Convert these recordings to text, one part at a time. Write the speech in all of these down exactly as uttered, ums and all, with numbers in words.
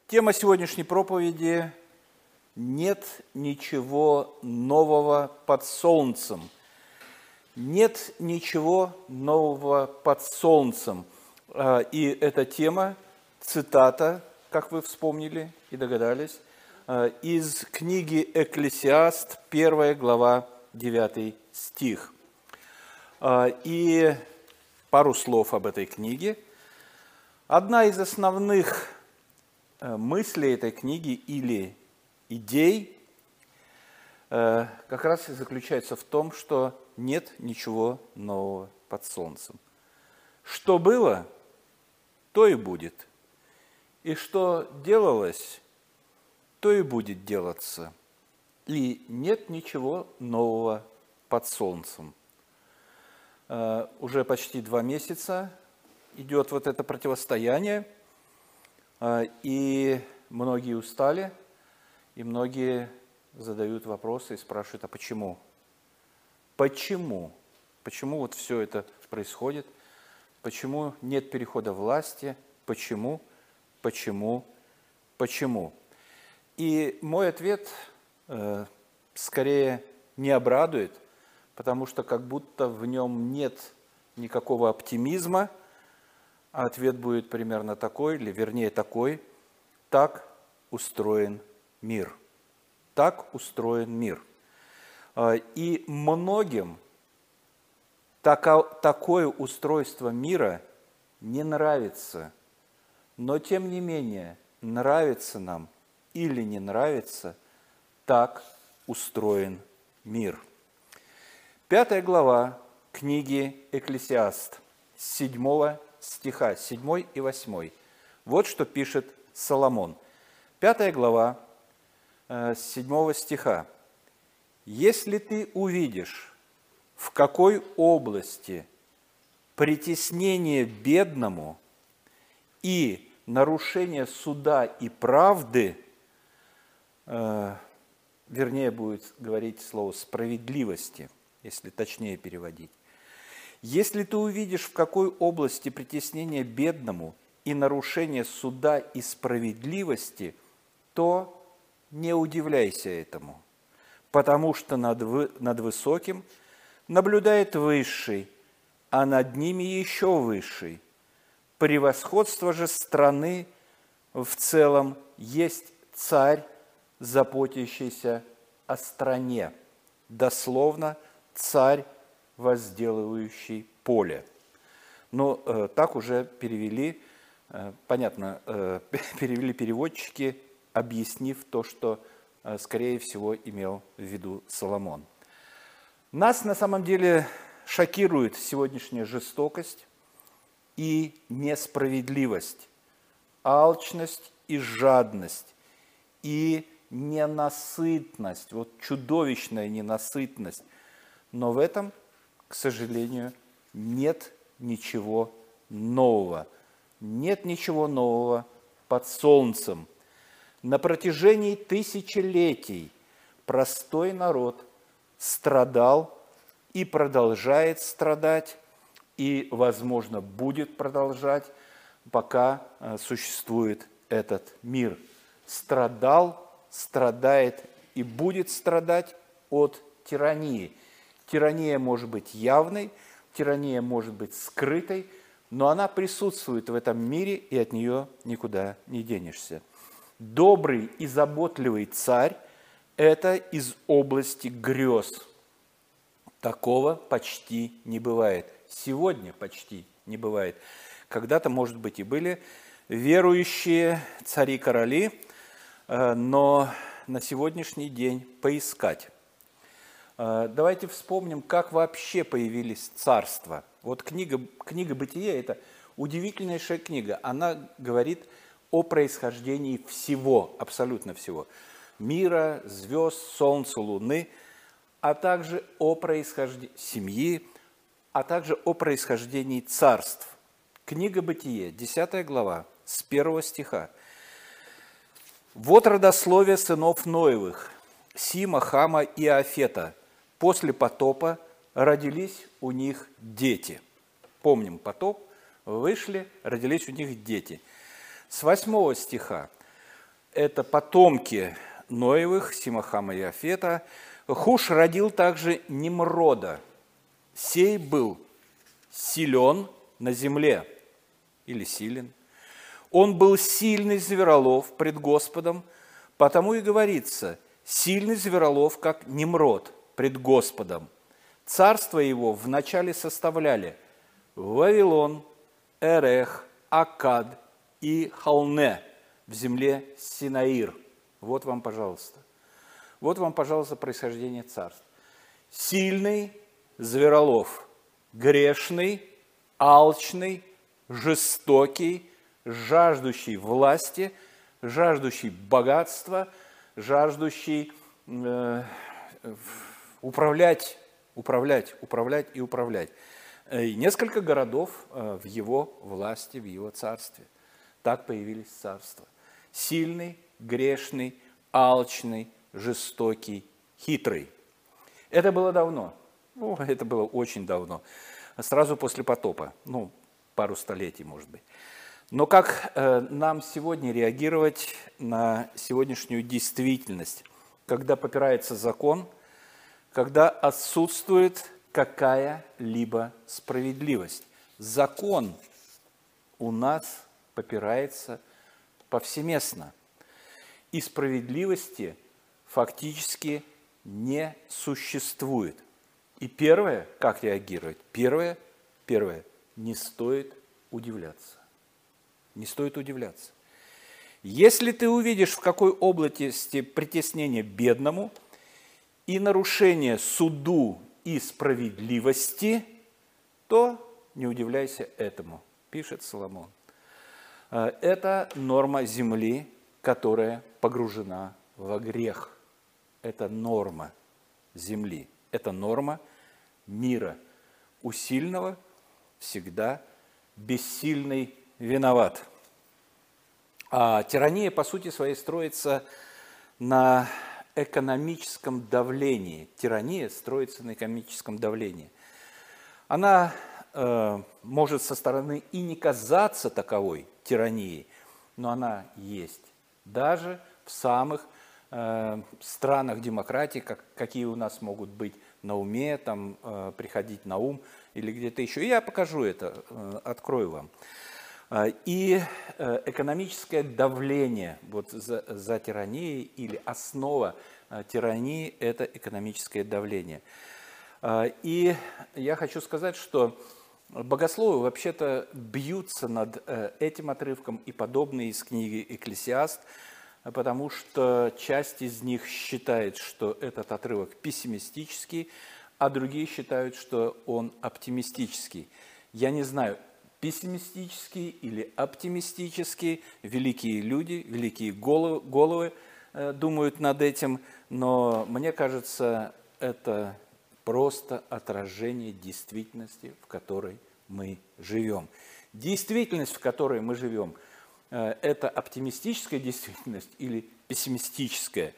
Тема сегодняшней проповеди – «Нет ничего нового под солнцем». Нет ничего нового под солнцем. И эта тема, цитата, как вы вспомнили и догадались, из книги «Экклесиаст», первая глава, девятый стих. И пару слов об этой книге. Одна из основных мыслей этой книги или идей как раз и заключается в том, что нет ничего нового под солнцем. Что было, то и будет. И что делалось, то и будет делаться. И нет ничего нового под солнцем. Уже почти два месяца идет вот это противостояние, и многие устали, и многие задают вопросы и спрашивают, а почему? Почему? Почему вот все это происходит? Почему нет перехода власти? Почему? Почему? Почему? И мой ответ э, скорее не обрадует, потому что как будто в нем нет никакого оптимизма, а ответ будет примерно такой, или вернее такой: так устроен мир. Так устроен мир. И многим такое устройство мира не нравится. Но тем не менее, нравится нам или не нравится, так устроен мир. Пятая глава книги «Экклесиаст», с седьмого стиха, седьмой и восьмой. Вот что пишет Соломон. Пятая глава, с седьмого стиха. «Если ты увидишь, в какой области притеснение бедному и нарушение суда и правды, э, вернее будет говорить слово справедливости, если точнее переводить, если ты увидишь, в какой области притеснение бедному и нарушение суда и справедливости, то не удивляйся этому, потому что над, вы, над высоким наблюдает высший, а над ними еще высший. Превосходство же страны в целом есть царь, заботящийся о стране, дословно царь, возделывающий поле. Но э, так уже перевели, э, понятно, э, перевели переводчики, объяснив то, что, э, скорее всего, имел в виду Соломон. Нас на самом деле шокирует сегодняшняя жестокость и несправедливость, алчность и жадность, и ненасытность, вот чудовищная ненасытность. Но в этом, к сожалению, нет ничего нового. Нет ничего нового под солнцем. На протяжении тысячелетий простой народ страдал и продолжает страдать, и, возможно, будет продолжать, пока существует этот мир. Страдал, страдает и будет страдать от тирании. Тирания может быть явной, тирания может быть скрытой, но она присутствует в этом мире, и от нее никуда не денешься. Добрый и заботливый царь – это из области грез. Такого почти не бывает. Сегодня почти не бывает. Когда-то, может быть, и были верующие цари-короли, но на сегодняшний день поискать. Давайте вспомним, как вообще появились царства. Вот книга, книга «Бытие» – это удивительнейшая книга. Она говорит о происхождении всего, абсолютно всего. Мира, звезд, солнца, луны, а также о происхождении семьи, а также о происхождении царств. Книга «Бытие», десятая глава, с первого стиха. «Вот родословие сынов Ноевых, Сима, Хама и Афета. После потопа родились у них дети». Помним потоп, вышли, родились у них дети. С восьмого стиха. это потомки Ноевых, Симахама и Афета. Хуш родил также Нимрода. Сей был силен на земле, или силен. Он был сильный зверолов пред Господом, потому и говорится, сильный зверолов, как Нимрод пред Господом. Царство его вначале составляли Вавилон, Эрех, Акад и Халне в земле Синаир. Вот вам, пожалуйста. Вот вам, пожалуйста, происхождение царств. Сильный зверолов, грешный, алчный, жестокий, жаждущий власти, жаждущий богатства, жаждущий э, управлять, управлять, управлять и управлять. И несколько городов в его власти, в его царстве. Так появились царства. Сильный, грешный, алчный, жестокий, хитрый. Это было давно. Ну, это было очень давно. Сразу после потопа. Ну, пару столетий, может быть. Но как э, нам сегодня реагировать на сегодняшнюю действительность, когда попирается закон, когда отсутствует какая-либо справедливость? Закон у нас попирается повсеместно. И справедливости фактически не существует. И первое, как реагировать? Первое, первое, не стоит удивляться. Не стоит удивляться. Если ты увидишь, в какой области притеснение бедному и нарушение суду и справедливости, то не удивляйся этому, пишет Соломон. Это норма земли, которая погружена во грех. Это норма земли, это норма мира. У сильного всегда бессильный виноват. А тирания, по сути своей, строится на экономическом давлении. Тирания строится на экономическом давлении. Она э, может со стороны и не казаться таковой тиранией, но она есть. Даже в самых э, странах демократии, как, какие у нас могут быть на уме, там, э, приходить на ум или где-то еще. Я покажу это, э, открою вам. И экономическое давление вот за, за тиранией или основа тирании – это экономическое давление. И я хочу сказать, что богословы вообще-то бьются над этим отрывком и подобные из книги «Экклесиаст», потому что часть из них считает, что этот отрывок пессимистический, а другие считают, что он оптимистический. Я не знаю, пессимистический или оптимистический. Великие люди, великие головы, головы э, думают над этим, но мне кажется, это просто отражение действительности, в которой мы живем. Действительность, в которой мы живем, э, это оптимистическая действительность или пессимистическая?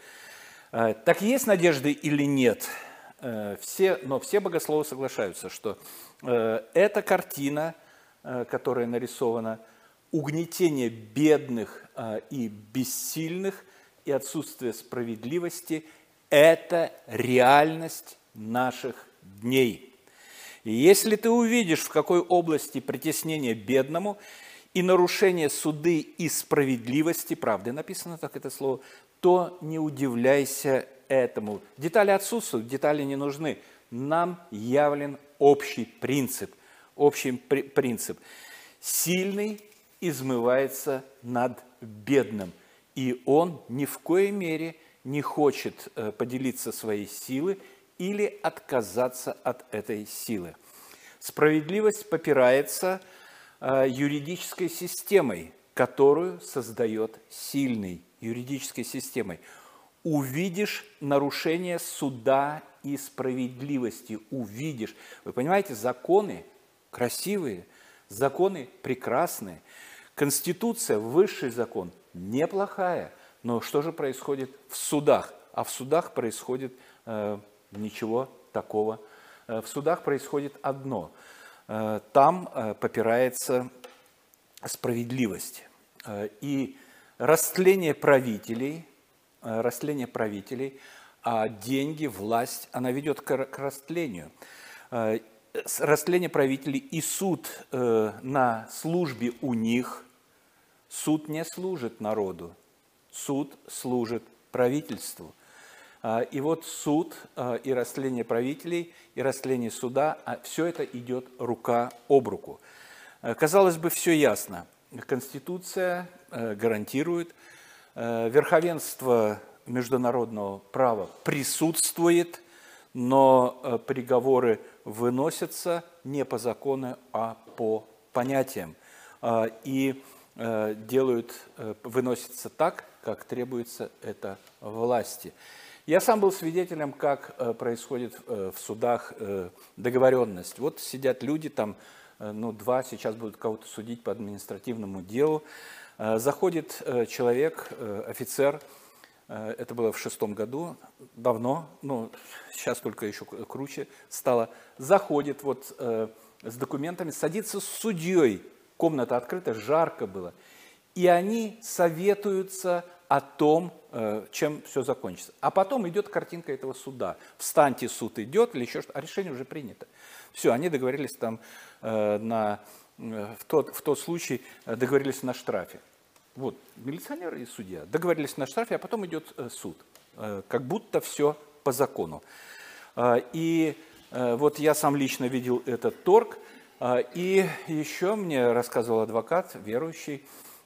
Э, так есть надежды или нет? Э, все, но все богословы соглашаются, что э, эта картина, которая нарисована, угнетение бедных и бессильных и отсутствие справедливости – это реальность наших дней. И если ты увидишь, в какой области притеснение бедному и нарушение суды и справедливости, правда написано так это слово, то не удивляйся этому. Детали отсутствуют, детали не нужны. Нам явлен общий принцип. Общий принцип. Сильный измывается над бедным, и он ни в коей мере не хочет поделиться своей силой или отказаться от этой силы. Справедливость попирается юридической системой, которую создает сильный, юридической системой. Увидишь нарушение суда и справедливости, увидишь. Вы понимаете, законы красивые, законы прекрасные. Конституция, высший закон, неплохая. Но что же происходит в судах? А в судах происходит э, ничего такого. Э, в судах происходит одно. Э, там э, попирается справедливость. Э, и растление правителей, растление правителей, а деньги, власть, она ведет к растлению. Растление правителей и суд на службе у них. Суд не служит народу, суд служит правительству. И вот суд и растление правителей, и растление суда, все это идет рука об руку. Казалось бы, все ясно. Конституция гарантирует, верховенство международного права присутствует, но приговоры выносятся не по закону, а по понятиям. И делают, выносятся так, как требуется это власти. Я сам был свидетелем, как происходит в судах договоренность. Вот сидят люди, там, ну, два, сейчас будут кого-то судить по административному делу. Заходит человек, офицер, это было в шестом году, давно, ну, сейчас только еще круче стало, заходит вот с документами, садится с судьей, комната открыта, жарко было, и они советуются о том, чем все закончится. А потом идет картинка этого суда. Встаньте, суд идет, или еще что-то, а решение уже принято. Все, они договорились там на, в тот, в тот случай договорились на штрафе. Вот, милиционер и судья договорились на штрафе, а потом идет суд. Как будто все по закону. И вот я сам лично видел этот торг. И еще мне рассказывал адвокат, верующий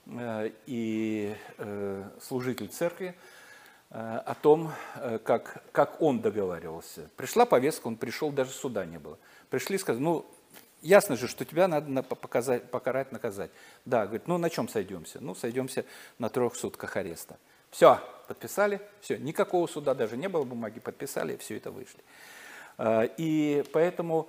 и служитель церкви, о том, как, как он договаривался. Пришла повестка, он пришел, даже суда не было. Пришли и сказали, ну, ясно же, что тебя надо показать, покарать, наказать. Да, говорит, ну, на чем сойдемся? Ну, сойдемся на трех сутках ареста. Все, подписали, все, никакого суда даже не было, бумаги подписали, все это вышли. И поэтому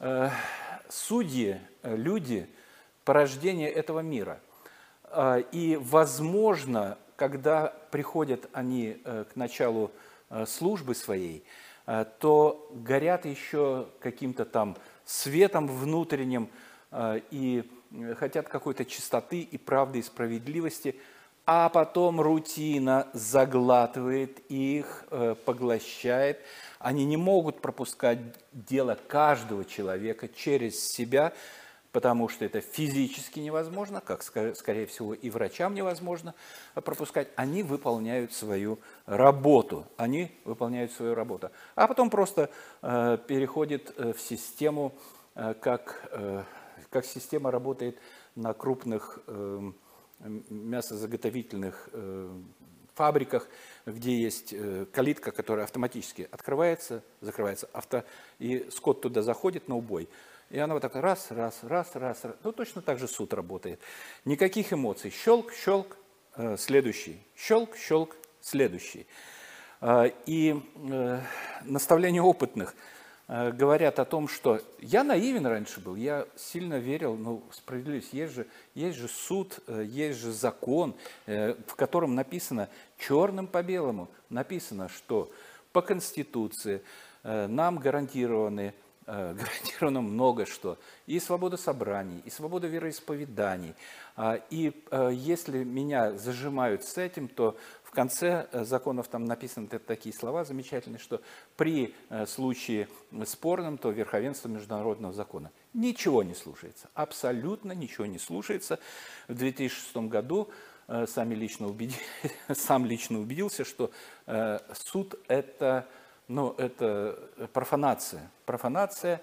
судьи, люди, порождение этого мира. И, возможно, когда приходят они к началу службы своей, то горят еще каким-то там светом внутренним и хотят какой-то чистоты и правды, и справедливости, а потом рутина заглатывает их, поглощает. Они не могут пропускать дело каждого человека через себя, потому что это физически невозможно, как, скорее всего, и врачам невозможно пропускать. Они выполняют свою работу. Они выполняют свою работу. А потом просто э, переходит в систему, э, как, э, как система работает на крупных э, мясозаготовительных э, фабриках, где есть калитка, которая автоматически открывается, закрывается, авто, и скот туда заходит на убой. И она вот так раз, раз, раз, раз, раз. Ну, точно так же суд работает. Никаких эмоций. Щелк, щелк, э, следующий. Щелк, щелк, следующий. Э, и э, наставления опытных э, говорят о том, что я наивен раньше был, я сильно верил, ну, справедливость, есть же, есть же суд, э, есть же закон, э, в котором написано черным по белому, написано, что по Конституции э, нам гарантированы гарантировано много что. И свобода собраний, и свобода вероисповеданий. И если меня зажимают с этим, то в конце законов там написаны такие слова замечательные, что при случае спорном, то верховенство международного закона. Ничего не слушается, абсолютно ничего не слушается. В две тысячи шестом году сами лично убедили, сам лично убедился, что суд – это... Но это профанация. Профанация,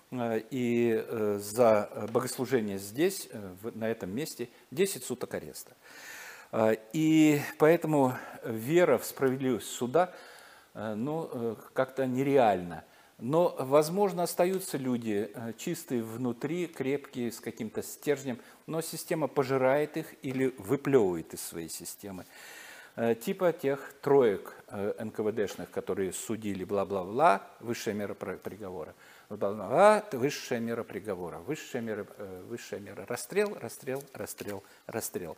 и за богослужение здесь, на этом месте, десять суток ареста. И поэтому вера в справедливость суда, ну, как-то нереальна. Но, возможно, остаются люди чистые внутри, крепкие, с каким-то стержнем, но система пожирает их или выплевывает из своей системы. Типа тех троек эн ка вэ дэшных, которые судили бла-бла-бла, высшая мера приговора. Бла-бла-бла, высшая мера приговора, высшая мера, высшая мера. Расстрел, расстрел, расстрел, расстрел.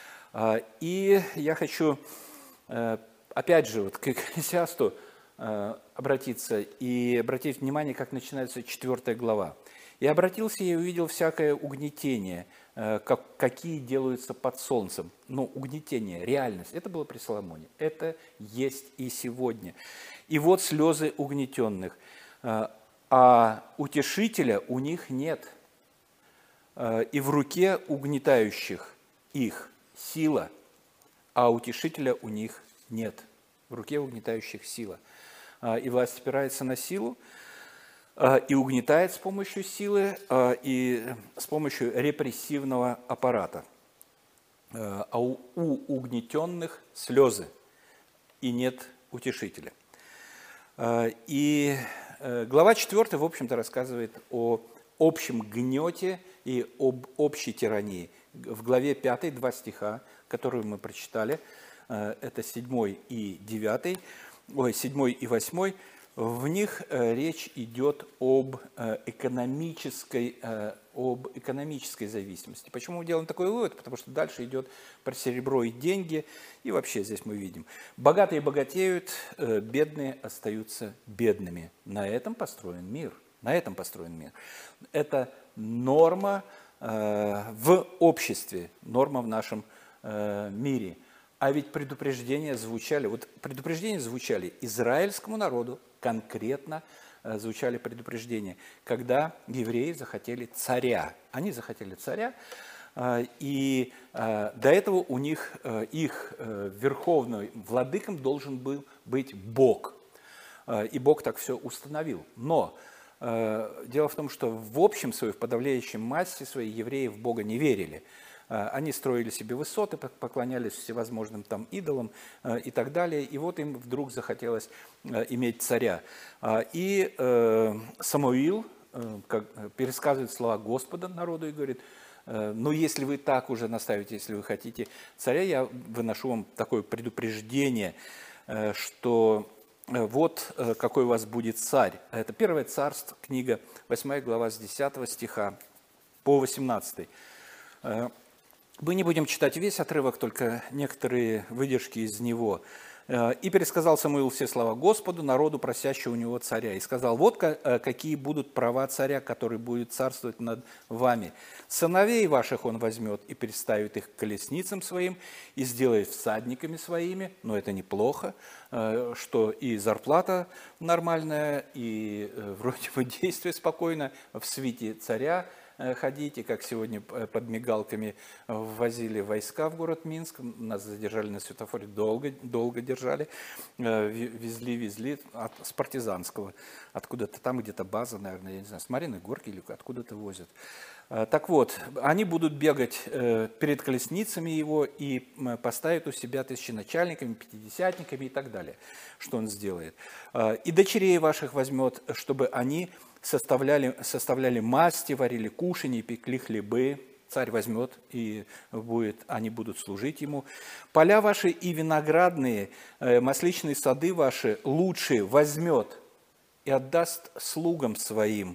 И я хочу, опять же, вот к Экклесиасту обратиться и обратить внимание, как начинается четвертая глава. «И обратился я и увидел всякое угнетение, как, какие делаются под солнцем. Но угнетение, реальность, это было при Соломоне. Это есть и сегодня. И вот слезы угнетенных. А утешителя у них нет. И в руке угнетающих их сила, а утешителя у них нет. В руке угнетающих сила. И власть опирается на силу, и угнетает с помощью силы, и с помощью репрессивного аппарата. А у, у угнетенных слезы, и нет утешителя. И глава четвёртая, в общем-то, рассказывает о общем гнете и об общей тирании. В главе пятой два стиха, которые мы прочитали, это седьмой и девятый, ой, седьмой и восьмой, в них речь идет об экономической, об экономической зависимости. Почему мы делаем такой вывод? Потому что дальше идет про серебро и деньги, и вообще здесь мы видим. Богатые богатеют, бедные остаются бедными. На этом построен мир. На этом построен мир. Это норма в обществе, норма в нашем мире. А ведь предупреждения звучали, вот предупреждения звучали израильскому народу, конкретно звучали предупреждения, когда евреи захотели царя. Они захотели царя, и до этого у них, их верховным владыком должен был быть Бог. И Бог так все установил. Но дело в том, что в общем своей, в подавляющей массе своей евреи в Бога не верили. Они строили себе высоты, поклонялись всевозможным там идолам и так далее. И вот им вдруг захотелось иметь царя. И Самуил как, пересказывает слова Господа народу и говорит: ну, если вы так уже наставите, если вы хотите царя, я выношу вам такое предупреждение, что вот какой у вас будет царь. Это Первое царство, книга восьмая глава с десятого стиха по восемнадцатый. Мы не будем читать весь отрывок, только некоторые выдержки из него. «И пересказал Самуил все слова Господу, народу, просящего у него царя. И сказал: вот какие будут права царя, который будет царствовать над вами. Сыновей ваших он возьмет и переставит их к колесницам своим, и сделает всадниками своими». Но это неплохо, что и зарплата нормальная, и вроде бы действие спокойно в свите царя ходите, как сегодня под мигалками ввозили войска в город Минск, нас задержали на светофоре, долго, долго держали, везли, везли от, с партизанского, откуда-то там где-то база, наверное, я не знаю, с Мариной Горки или откуда-то возят. Так вот, они будут бегать перед колесницами его и поставят у себя тысяченачальниками, пятидесятниками и так далее, что он сделает. И дочерей ваших возьмет, чтобы они составляли, составляли масти, варили кушанье, пекли хлебы. Царь возьмет, и будет, они будут служить ему. Поля ваши и виноградные, масличные сады ваши лучшие возьмет и отдаст слугам своим.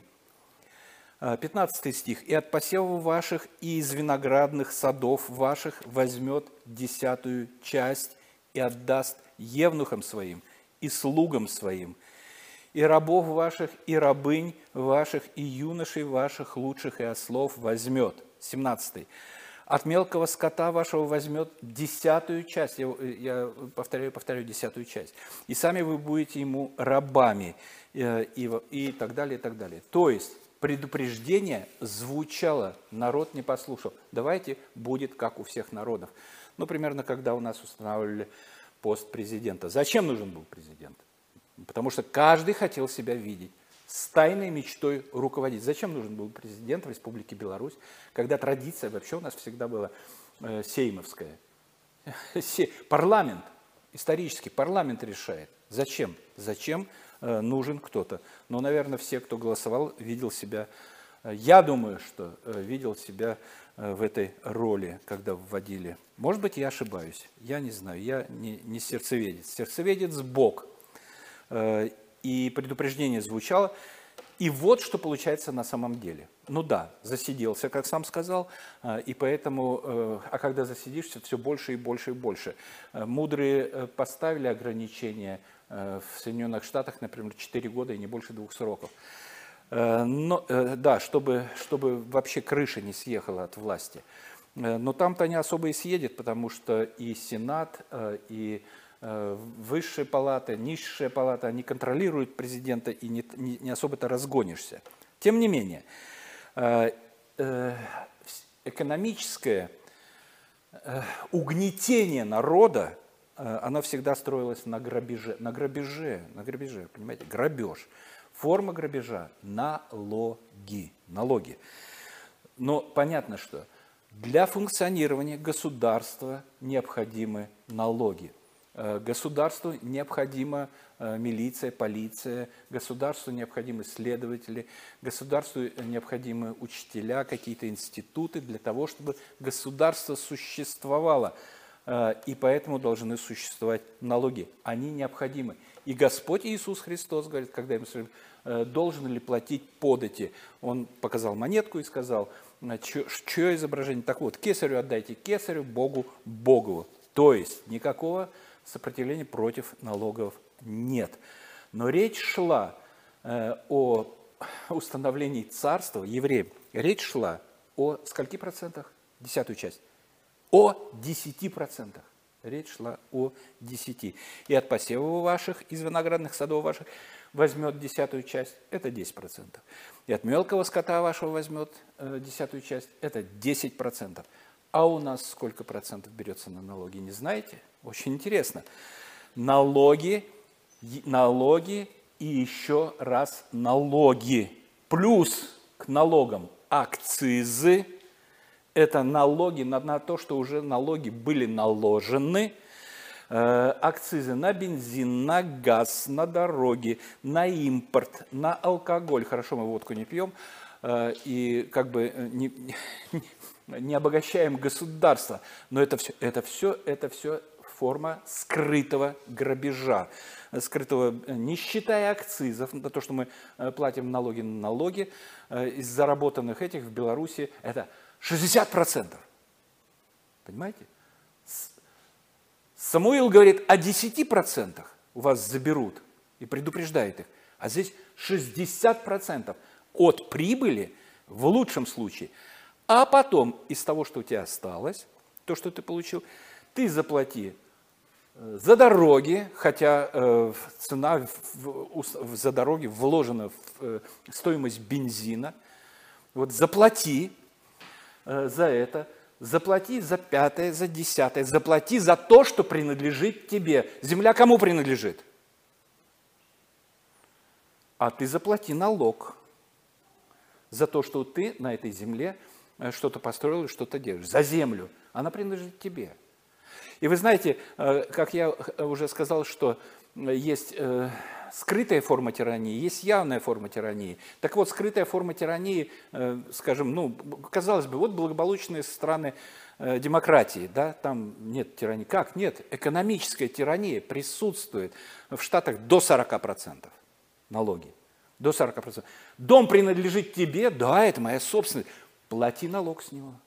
пятнадцатый стих. «И от посевов ваших и из виноградных садов ваших возьмет десятую часть и отдаст евнухам своим и слугам своим. И рабов ваших, и рабынь ваших, и юношей ваших лучших, и ослов возьмет». семнадцатый. «От мелкого скота вашего возьмет десятую часть». Я, я повторяю, повторяю, десятую часть. «И сами вы будете ему рабами». И, и, и так далее, и так далее. То есть предупреждение звучало, народ не послушал. Давайте будет как у всех народов. Ну, примерно, когда у нас устанавливали пост президента. Зачем нужен был президент? Потому что каждый хотел себя видеть, с тайной мечтой руководить. Зачем нужен был президент в Республике Беларусь, когда традиция вообще у нас всегда была э, сеймовская? Парламент, исторический парламент решает. Зачем? Зачем э, нужен кто-то? Ну, наверное, все, кто голосовал, видел себя, э, я думаю, что э, видел себя э, в этой роли, когда вводили. Может быть, я ошибаюсь, я не знаю, я не, не сердцеведец. Сердцеведец Бог. И предупреждение звучало. И вот что получается на самом деле. Ну да, засиделся, как сам сказал, и поэтому, а когда засидишься, все больше и больше и больше. Мудрые поставили ограничения в Соединенных Штатах, например, четыре года и не больше двух сроков. Но, да, чтобы, чтобы вообще крыша не съехала от власти. Но там-то не особо и съедет, потому что и Сенат, и высшая палата, низшая палата, они контролируют президента, и не, не, не особо-то разгонишься. Тем не менее, экономическое угнетение народа, оно всегда строилось на грабеже, на грабеже, на грабеже, понимаете, грабеж. Форма грабежа – налоги. Налоги. Но понятно, что для функционирования государства необходимы налоги. Государству необходима милиция, полиция, государству необходимы следователи, государству необходимы учителя, какие-то институты для того, чтобы государство существовало. И поэтому должны существовать налоги. Они необходимы. И Господь Иисус Христос говорит, когда ему спрашивают, должен ли платить подати, он показал монетку и сказал, чье изображение? Так вот, кесарю отдайте кесарю, Богу Богову. То есть никакого сопротивления против налогов нет. Но речь шла о установлении царства евреев. Речь шла о скольки процентах? Десятую часть. О десяти процентах. Речь шла о десяти. И от посевов ваших, из виноградных садов ваших, возьмет десятую часть, это десять процентов. И от мелкого скота вашего возьмет э, десятую часть, это десять процентов. А у нас сколько процентов берется на налоги, не знаете? Очень интересно. Налоги, налоги и еще раз налоги. Плюс к налогам акцизы. Это налоги на, на то, что уже налоги были наложены. Э, акцизы на бензин, на газ, на дороги, на импорт, на алкоголь. Хорошо, мы водку не пьем э, и как бы не, не, не обогащаем государство. Но это все, это все, это все форма скрытого грабежа. Скрытого, не считая акцизов, на то, что мы платим налоги на налоги, э, из заработанных этих в Беларуси, это шестьдесят процентов. Понимаете? Самуил говорит о десяти процентах у вас заберут и предупреждает их. А здесь шестьдесят процентов от прибыли в лучшем случае. А потом из того, что у тебя осталось, то, что ты получил, ты заплати за дороги, хотя э, цена в, в, за дороги вложена в э, стоимость бензина. Вот заплати за это, заплати за пятое, за десятое, заплати за то, что принадлежит тебе. Земля кому принадлежит? А ты заплати налог за то, что ты на этой земле что-то построил и что-то делаешь. За землю. Она принадлежит тебе. И вы знаете, как я уже сказал, что есть скрытая форма тирании, есть явная форма тирании. Так вот, скрытая форма тирании, скажем, ну, казалось бы, вот благополучные страны демократии, да, там нет тирании. Как? Нет. Экономическая тирания присутствует в Штатах до сорока процентов налоги. До сорока процентов. Дом принадлежит тебе, да, это моя собственность. Плати налог с него.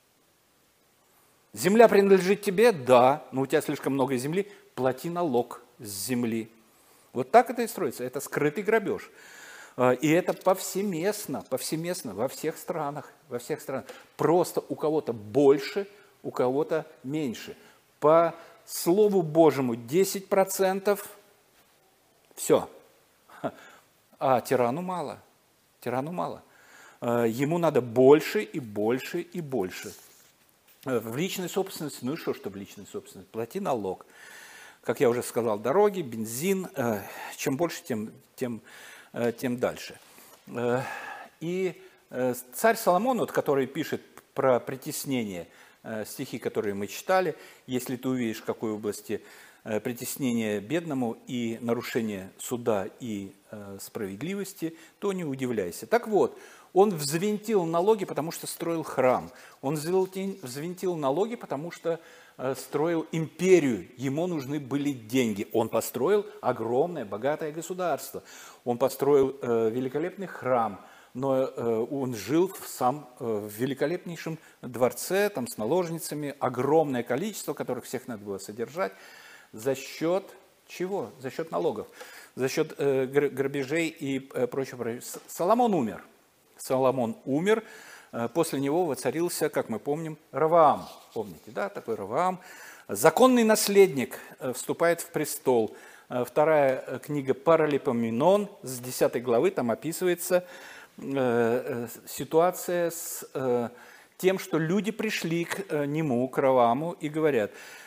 Земля принадлежит тебе, да, но у тебя слишком много земли, плати налог с земли. Вот так это и строится. Это скрытый грабеж. И это повсеместно, повсеместно во всех странах, во всех странах. Просто у кого-то больше, у кого-то меньше. По Слову Божьему десять процентов, все. А тирану мало, тирану мало. Ему надо больше и больше и больше. В личной собственности, ну и что, что в личной собственности? Плати налог. Как я уже сказал, дороги, бензин, чем больше, тем, тем, тем дальше. И царь Соломон, вот, который пишет про притеснение, стихи, которые мы читали, если ты увидишь, в какой области притеснение бедному и нарушение суда и справедливости, то не удивляйся. Так вот, он взвинтил налоги, потому что строил храм. Он взвинтил налоги, потому что строил империю. Ему нужны были деньги. Он построил огромное, богатое государство. Он построил великолепный храм. Но он жил сам в великолепнейшем дворце, там с наложницами, огромное количество, которых всех надо было содержать. За счет чего? За счет налогов. за счет э, грабежей и э, прочего. Соломон умер. Соломон умер. Э, после него воцарился, как мы помним, Ровоам. Помните, да, такой Ровоам. Законный наследник э, вступает в престол. Э, вторая книга Паралипоменон с десятой главы, там описывается э, э, ситуация с э, тем, что люди пришли к э, нему, к Ровоаму, и говорят,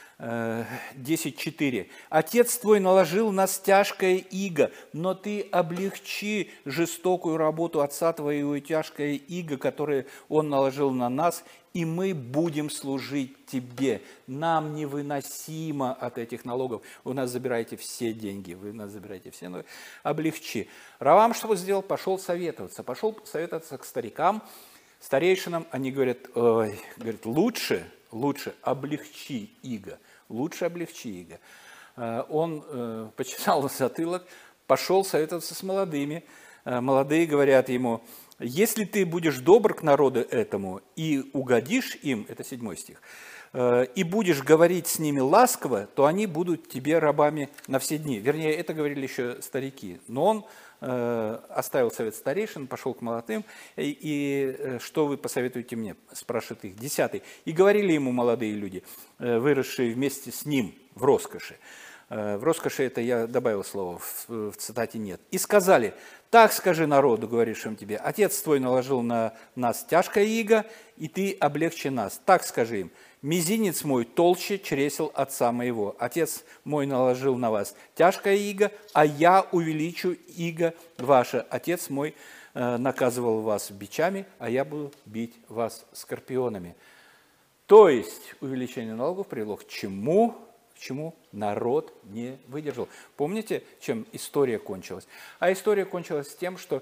десять четыре. «Отец твой наложил нас тяжкое иго, но ты облегчи жестокую работу отца твоего и тяжкое иго, которое он наложил на нас, и мы будем служить тебе. Нам невыносимо от этих налогов. Вы у нас забираете все деньги, вы у нас забираете все, но облегчи». Ровоам что сделал? Пошел советоваться. Пошел советоваться к старикам, старейшинам. Они говорят, ой, говорят, лучше... Лучше облегчи иго, лучше облегчи иго. Он э, почесал затылок, пошел советоваться с молодыми. Молодые говорят ему, если ты будешь добр к народу этому и угодишь им, это седьмой стих, э, и будешь говорить с ними ласково, то они будут тебе рабами на все дни. Вернее, это говорили еще старики. Но он э, оставил совет старейшин, пошел к молодым. И, и что вы посоветуете мне? Спрашивает их. Десятый. И говорили ему молодые люди, э, выросшие вместе с ним в роскоши. Э, в роскоши это я добавил слово, в, в цитате нет. И сказали, так скажи народу, говорившим тебе, отец твой наложил на нас тяжкое иго, и ты облегчи нас. Так скажи им, мизинец мой толще чресел отца моего. Отец мой наложил на вас тяжкое иго, а я увеличу иго ваше. Отец мой э, наказывал вас бичами, а я буду бить вас скорпионами. То есть увеличение налогов привело к чему? К чему народ не выдержал. Помните, чем история кончилась? А история кончилась тем, что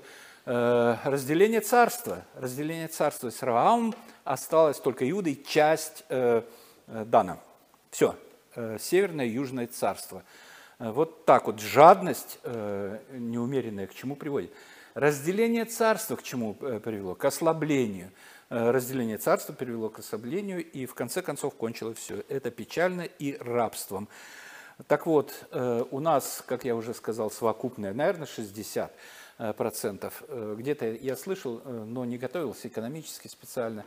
э, разделение царства, разделение царства с Ровоамом осталось только Иудой, часть э, э, Дана. Все, э, северное и южное царство. Э, вот так вот жадность э, неумеренная к чему приводит? Разделение царства к чему э, привело? К ослаблению. Разделение царства привело к ослаблению, и в конце концов кончилось все. Это печально и рабством. Так вот, у нас, как я уже сказал, совокупное, наверное, шестьдесят процентов. Где-то я слышал, но не готовился экономически специально,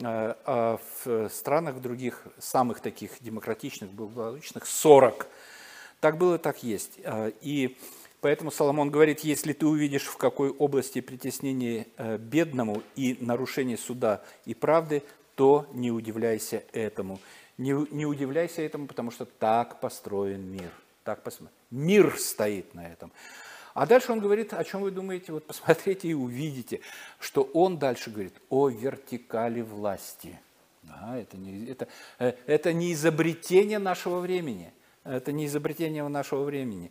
а в странах других, самых таких демократичных, благополучных, сорок. Так было, так есть. И поэтому Соломон говорит, если ты увидишь, в какой области притеснения бедному и нарушение суда и правды, то не удивляйся этому. Не, не удивляйся этому, потому что так построен мир. Так построен. Мир стоит на этом. А дальше он говорит, о чем вы думаете? Вот посмотрите и увидите, что он дальше говорит о вертикали власти. Да, это, не, это, это не изобретение нашего времени. Это не изобретение нашего времени.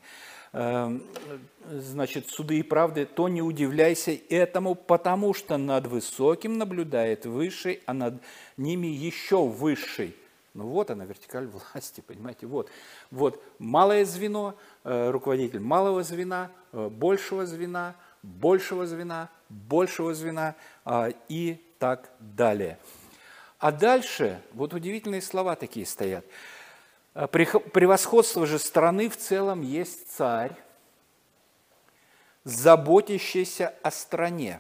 Значит, суды и правды, то не удивляйся этому, потому что над высоким наблюдает высший, а над ними еще высший. Ну вот она, вертикаль власти, понимаете, вот. Вот малое звено, руководитель малого звена, большего звена, большего звена, большего звена и так далее. А дальше, вот удивительные слова такие стоят. Превосходство же страны в целом есть царь, заботящийся о стране.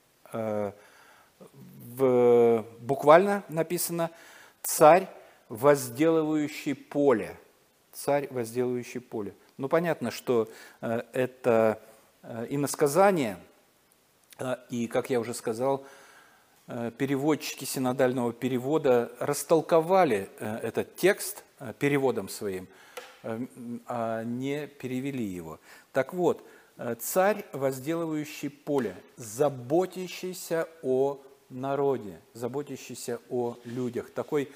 Буквально написано «царь, возделывающий поле». Царь, возделывающий поле. Ну, понятно, что это иносказание, и, как я уже сказал, переводчики синодального перевода растолковали этот текст переводом своим, а не перевели его. Так вот, царь, возделывающий поле, заботящийся о народе, заботящийся о людях. Такой,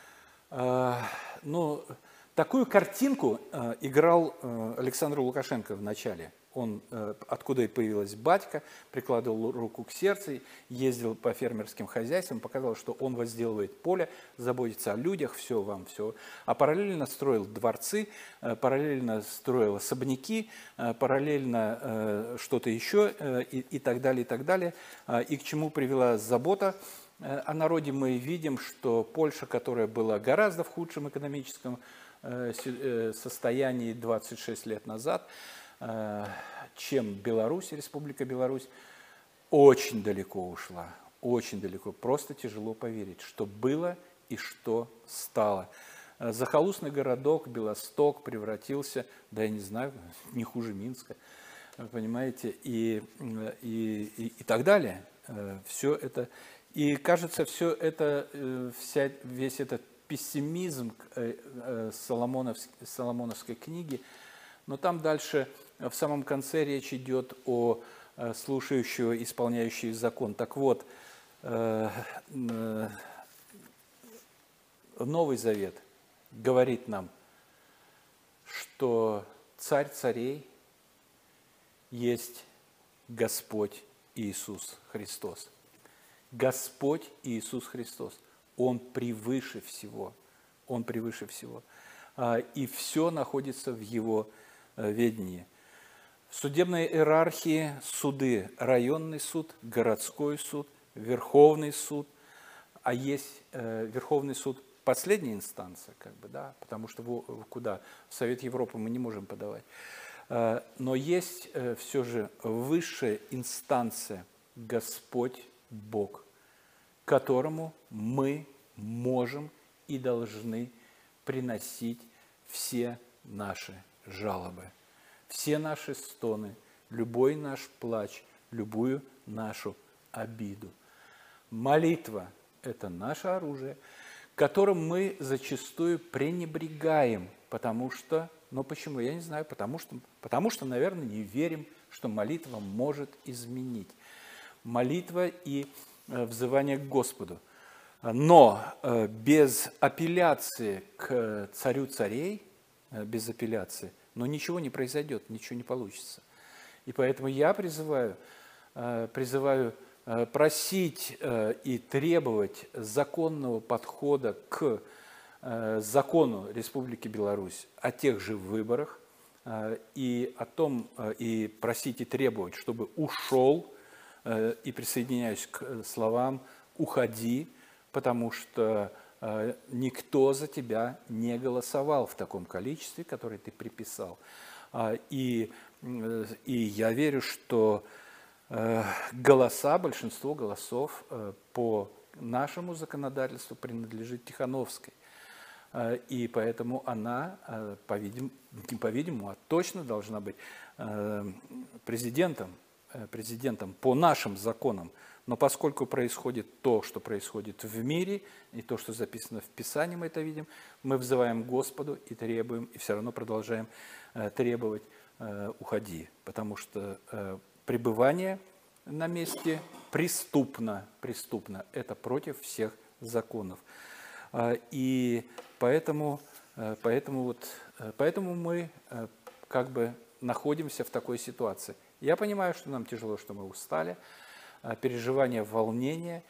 ну, такую картинку играл Александр Лукашенко в начале. Он, откуда и появилась батька, прикладывал руку к сердцу, ездил по фермерским хозяйствам, показал, что он возделывает поле, заботится о людях, все вам, все. А параллельно строил дворцы, параллельно строил особняки, параллельно что-то еще и, и так далее, и так далее. И к чему привела забота о народе, мы видим, что Польша, которая была гораздо в худшем экономическом состоянии двадцать шесть лет назад, чем Беларусь, Республика Беларусь, очень далеко ушла, очень далеко. Просто тяжело поверить, что было и что стало. Захолустный городок Белосток превратился, да я не знаю, не хуже Минска, понимаете, и, и, и, и так далее. Все это, и кажется, все это, вся, весь этот пессимизм Соломоновской, Соломоновской книги, но там дальше, в самом конце, речь идет о слушающего, исполняющего закон. Так вот, Новый Завет говорит нам, что Царь царей есть Господь Иисус Христос. Господь Иисус Христос. Он превыше всего. Он превыше всего. И все находится в Его ведении. В судебной иерархии суды: районный суд, городской суд, Верховный суд. А есть Верховный суд последняя инстанция, как бы, да, потому что в, куда? В Совет Европы мы не можем подавать. Но есть все же высшая инстанция – Господь Бог, которому мы можем и должны приносить все наши жалобы, все наши стоны, любой наш плач, любую нашу обиду. Молитва – это наше оружие, которым мы зачастую пренебрегаем, потому что, ну почему, я не знаю, потому что, потому что, наверное, не верим, что молитва может изменить. Молитва и взывание к Господу. Но без апелляции к царю царей, без апелляции, но ничего не произойдет, ничего не получится. И поэтому я призываю, призываю просить и требовать законного подхода к закону Республики Беларусь о тех же выборах и о том, и просить и требовать, чтобы ушел, и присоединяюсь к словам «уходи», потому что никто за тебя не голосовал в таком количестве, которое ты приписал. И, и я верю, что голоса, большинство голосов по нашему законодательству принадлежит Тихановской. И поэтому она, по-видимому, по-видимому, точно должна быть президентом, президентом по нашим законам. Но поскольку происходит то, что происходит в мире, и то, что записано в Писании, мы это видим, мы взываем к Господу и требуем, и все равно продолжаем требовать «уходи», потому что пребывание на месте преступно, преступно. Это против всех законов. И поэтому, поэтому, вот, поэтому мы как бы находимся в такой ситуации. Я понимаю, что нам тяжело, что мы устали, переживания, волнения.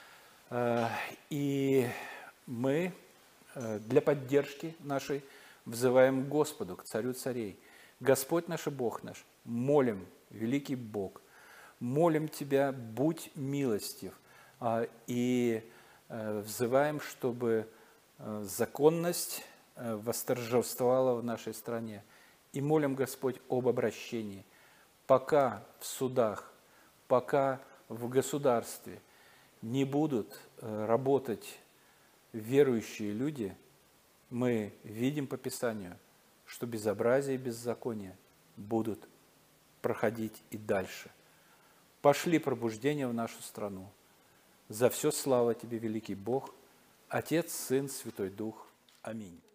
И мы для поддержки нашей взываем к Господу, к Царю царей. Господь наш и Бог наш, молим, великий Бог, молим Тебя, будь милостив, и взываем, чтобы законность восторжествовала в нашей стране. И молим, Господь, об обращении. Пока в судах, пока в государстве не будут работать верующие люди, мы видим по Писанию, что безобразие и беззаконие будут проходить и дальше. Пошли пробуждение в нашу страну. За все слава Тебе, великий Бог, Отец, Сын, Святой Дух. Аминь.